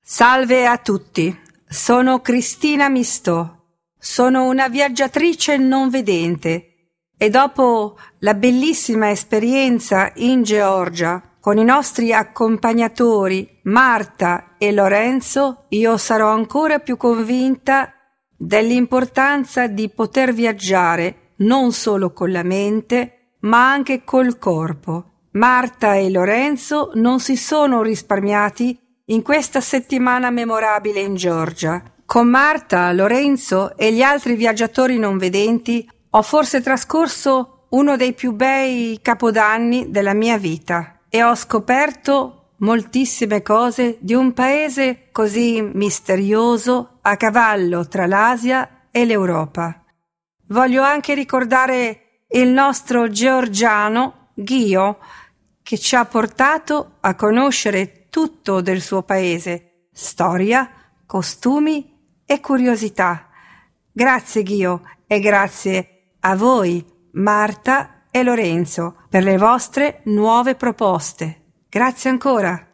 Salve a tutti, sono Cristina Mistò, sono una viaggiatrice non vedente e dopo la bellissima esperienza in Georgia con i nostri accompagnatori Marta e Lorenzo, io sarò ancora più convinta dell'importanza di poter viaggiare non solo con la mente, ma anche col corpo. Marta e Lorenzo non si sono risparmiati in questa settimana memorabile in Georgia. Con Marta, Lorenzo e gli altri viaggiatori non vedenti ho forse trascorso uno dei più bei capodanni della mia vita e ho scoperto moltissime cose di un paese così misterioso a cavallo tra l'Asia e l'Europa. Voglio anche ricordare il nostro georgiano Ghio, che ci ha portato a conoscere tutto del suo paese, storia, costumi e curiosità. Grazie Ghio e grazie a voi, Marta e Lorenzo, per le vostre nuove proposte. Grazie ancora.